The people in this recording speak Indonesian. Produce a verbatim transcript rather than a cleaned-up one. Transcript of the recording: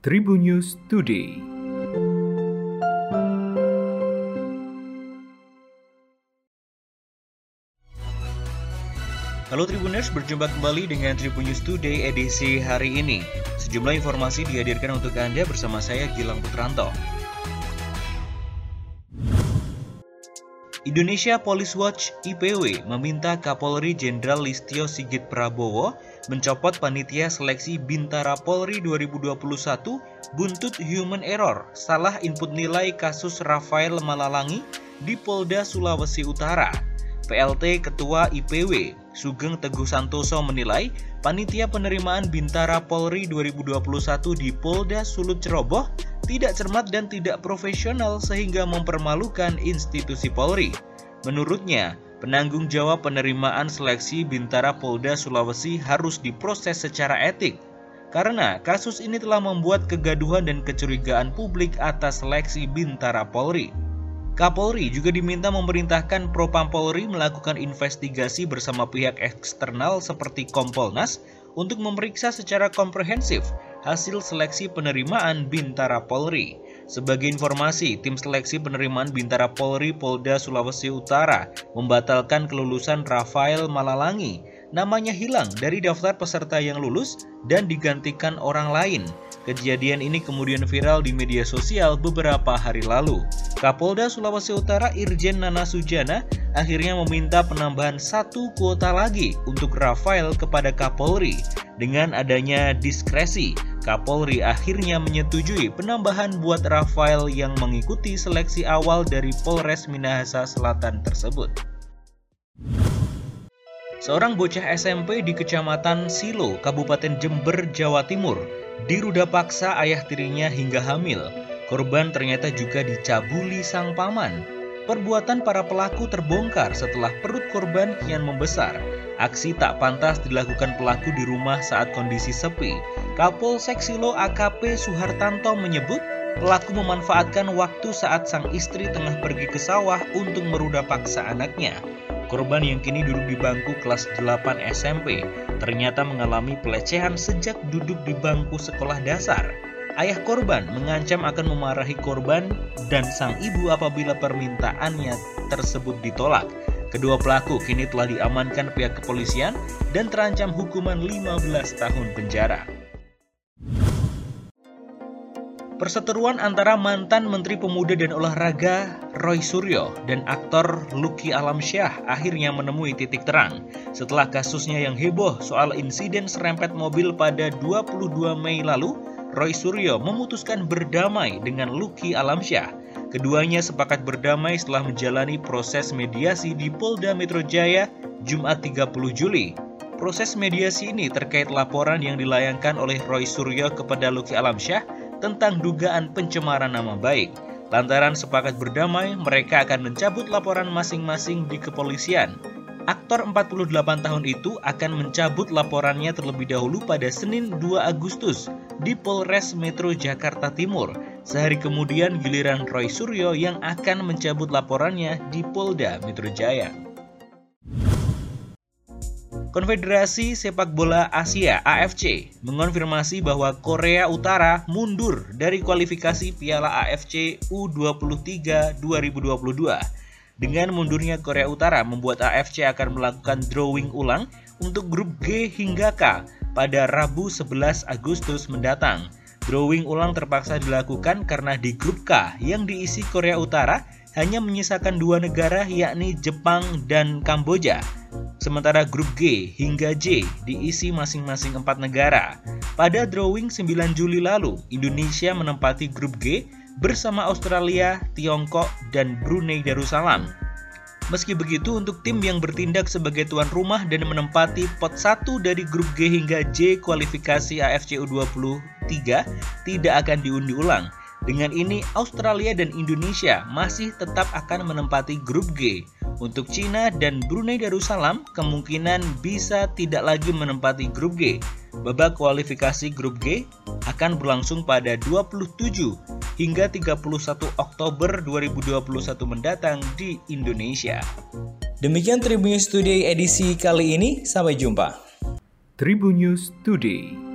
Tribun News Today. Halo Tribuners, berjumpa kembali dengan Tribun News Today edisi hari ini. Sejumlah informasi dihadirkan untuk Anda bersama saya Gilang Putranto. Indonesia Police Watch I P W meminta Kapolri Jenderal Listio Sigit Prabowo mencopot panitia seleksi Bintara Polri dua ribu dua puluh satu buntut human error salah input nilai kasus Rafael Malalangi di Polda Sulawesi Utara. P L T Ketua I P W Sugeng Teguh Santoso menilai panitia penerimaan Bintara Polri dua ribu dua puluh satu di Polda Sulut Ceroboh tidak cermat dan tidak profesional sehingga mempermalukan institusi Polri. Menurutnya, penanggung jawab penerimaan seleksi Bintara Polda Sulawesi harus diproses secara etik karena kasus ini telah membuat kegaduhan dan kecurigaan publik atas seleksi Bintara Polri. Kapolri juga diminta memerintahkan Propam Polri melakukan investigasi bersama pihak eksternal seperti Kompolnas untuk memeriksa secara komprehensif hasil seleksi penerimaan Bintara Polri. Sebagai informasi, tim seleksi penerimaan Bintara Polri Polda Sulawesi Utara membatalkan kelulusan Rafael Malalangi. Namanya hilang dari daftar peserta yang lulus dan digantikan orang lain. Kejadian ini kemudian viral di media sosial beberapa hari lalu. Kapolda Sulawesi Utara Irjen Nana Sujana akhirnya meminta penambahan satu kuota lagi untuk Rafael kepada Kapolri. Dengan adanya diskresi, Kapolri akhirnya menyetujui penambahan buat Rafael yang mengikuti seleksi awal dari Polres Minahasa Selatan tersebut. Seorang bocah S M P di Kecamatan Silo, Kabupaten Jember, Jawa Timur, diruda paksa ayah tirinya hingga hamil. Korban ternyata juga dicabuli sang paman. Perbuatan para pelaku terbongkar setelah perut korban kian membesar. Aksi tak pantas dilakukan pelaku di rumah saat kondisi sepi. Kapolsek Silo A K P Suhartanto menyebut pelaku memanfaatkan waktu saat sang istri tengah pergi ke sawah untuk meruda paksa anaknya. Korban yang kini duduk di bangku kelas delapan S M P ternyata mengalami pelecehan sejak duduk di bangku sekolah dasar. Ayah korban mengancam akan memarahi korban dan sang ibu apabila permintaannya tersebut ditolak. Kedua pelaku kini telah diamankan pihak kepolisian dan terancam hukuman lima belas tahun penjara. Perseteruan antara mantan Menteri Pemuda dan Olahraga Roy Suryo dan aktor Lucky Alamsyah akhirnya menemui titik terang setelah kasusnya yang heboh soal insiden serempet mobil pada dua puluh dua Mei lalu. Roy Suryo memutuskan berdamai dengan Lucky Alamsyah. Keduanya sepakat berdamai setelah menjalani proses mediasi di Polda Metro Jaya Jumat tiga puluh Juli. Proses mediasi ini terkait laporan yang dilayangkan oleh Roy Suryo kepada Lucky Alamsyah tentang dugaan pencemaran nama baik. Lantaran sepakat berdamai, mereka akan mencabut laporan masing-masing di kepolisian. Aktor empat puluh delapan tahun itu akan mencabut laporannya terlebih dahulu pada Senin dua Agustus di Polres Metro Jakarta Timur. Sehari kemudian giliran Roy Suryo yang akan mencabut laporannya di Polda Metro Jaya. Konfederasi Sepak Bola Asia A F C mengonfirmasi bahwa Korea Utara mundur dari kualifikasi Piala A F C U dua puluh tiga dua ribu dua puluh dua. Dengan mundurnya Korea Utara membuat A F C akan melakukan drawing ulang untuk grup G hingga K pada Rabu sebelas Agustus mendatang. Drawing ulang terpaksa dilakukan karena di grup K yang diisi Korea Utara hanya menyisakan dua negara yakni Jepang dan Kamboja. Sementara grup G hingga J diisi masing-masing empat negara. Pada drawing sembilan Juli lalu, Indonesia menempati grup G bersama Australia, Tiongkok, dan Brunei Darussalam. Meski begitu, untuk tim yang bertindak sebagai tuan rumah dan menempati pot satu dari grup G hingga J kualifikasi A F C U dua puluh tiga tidak akan diundi ulang. Dengan ini, Australia dan Indonesia masih tetap akan menempati grup G. Untuk Cina dan Brunei Darussalam kemungkinan bisa tidak lagi menempati grup G. Babak kualifikasi grup G akan berlangsung pada dua puluh tujuh hingga tiga puluh satu Oktober dua ribu dua puluh satu mendatang di Indonesia. Demikian Tribun News Today edisi kali ini, sampai jumpa. Tribun News Today.